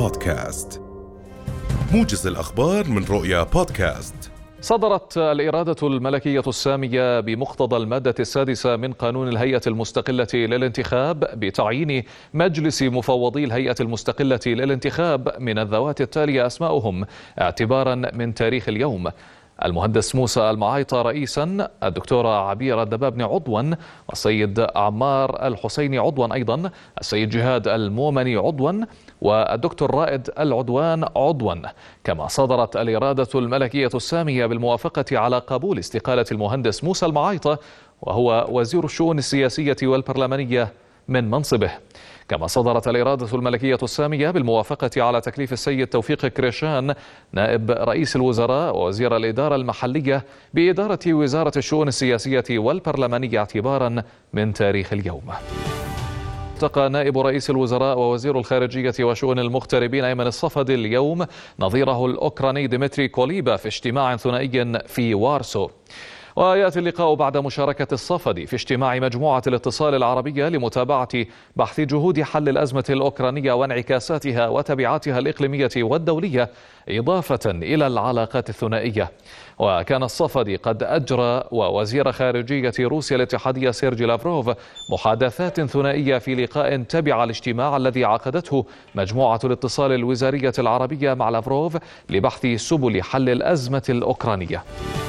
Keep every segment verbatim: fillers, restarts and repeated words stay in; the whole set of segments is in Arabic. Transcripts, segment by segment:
بودكاست. موجز الأخبار من رؤيا بودكاست. صدرت الإرادة الملكية السامية بمقتضى المادة السادسة من قانون الهيئة المستقلة للانتخاب بتعيين مجلس مفوضي الهيئة المستقلة للانتخاب من الذوات التالية أسماؤهم اعتبارا من تاريخ اليوم: المهندس موسى المعايطة رئيسا، الدكتورة عبير الدبابني عضوا، والسيد عمار الحسيني عضوا أيضا، السيد جهاد المومني عضوا، والدكتور رائد العدوان عضوا. كما صدرت الإرادة الملكية السامية بالموافقة على قبول استقالة المهندس موسى المعايطة وهو وزير الشؤون السياسية والبرلمانية من منصبه. كما صدرت الإرادة الملكية السامية بالموافقة على تكليف السيد توفيق كريشان نائب رئيس الوزراء ووزير الإدارة المحلية بإدارة وزارة الشؤون السياسية والبرلمانية اعتبارا من تاريخ اليوم. التقى نائب رئيس الوزراء ووزير الخارجية وشؤون المغتربين أيمن الصفدي اليوم نظيره الأوكراني ديمتري كوليبا في اجتماع ثنائي في وارسو. ويأتي اللقاء بعد مشاركة الصفدي في اجتماع مجموعة الاتصال العربية لمتابعة بحث جهود حل الأزمة الأوكرانية وانعكاساتها وتبعاتها الإقليمية والدولية، إضافة إلى العلاقات الثنائية. وكان الصفدي قد أجرى ووزير خارجية روسيا الاتحادية سيرجي لافروف محادثات ثنائية في لقاء تبع الاجتماع الذي عقدته مجموعة الاتصال الوزارية العربية مع لافروف لبحث سبل حل الأزمة الأوكرانية.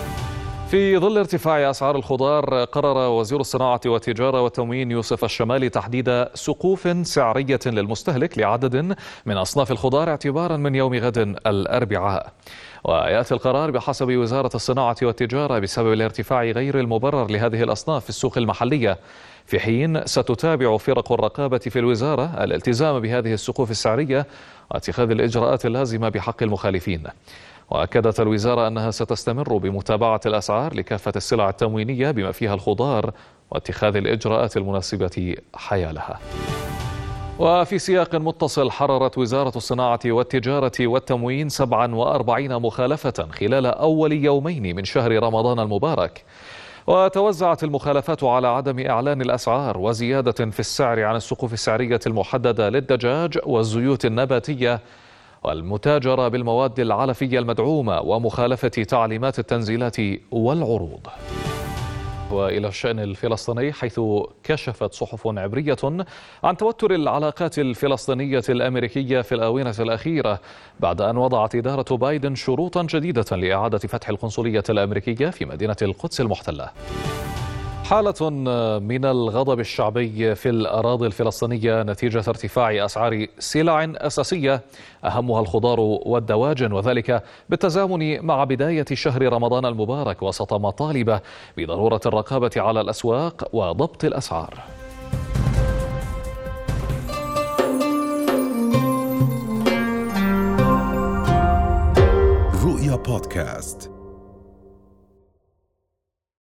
في ظل ارتفاع أسعار الخضار، قرر وزير الصناعة والتجارة والتموين يوسف الشمالي تحديد سقوف سعرية للمستهلك لعدد من أصناف الخضار اعتبارا من يوم غد الأربعاء. ويأتي القرار بحسب وزارة الصناعة والتجارة بسبب الارتفاع غير المبرر لهذه الأصناف في السوق المحلية، في حين ستتابع فرق الرقابة في الوزارة الالتزام بهذه السقوف السعرية واتخاذ الإجراءات اللازمة بحق المخالفين. وأكدت الوزارة أنها ستستمر بمتابعة الأسعار لكافة السلع التموينية بما فيها الخضار واتخاذ الإجراءات المناسبة حيالها. وفي سياق متصل، حررت وزارة الصناعة والتجارة والتموين سبعة وأربعين مخالفة خلال أول يومين من شهر رمضان المبارك. وتوزعت المخالفات على عدم إعلان الأسعار وزيادة في السعر عن السقوف السعرية المحددة للدجاج والزيوت النباتية والمتاجرة بالمواد العلفية المدعومة ومخالفة تعليمات التنزيلات والعروض. وإلى الشأن الفلسطيني، حيث كشفت صحف عبرية عن توتر العلاقات الفلسطينية الأمريكية في الآونة الأخيرة بعد أن وضعت إدارة بايدن شروطا جديدة لإعادة فتح القنصلية الأمريكية في مدينة القدس المحتلة. حالة من الغضب الشعبي في الأراضي الفلسطينية نتيجة ارتفاع أسعار سلع أساسية أهمها الخضار والدواجن، وذلك بالتزامن مع بداية شهر رمضان المبارك، وسط مطالب بضرورة الرقابة على الأسواق وضبط الأسعار. رؤيا بودكاست.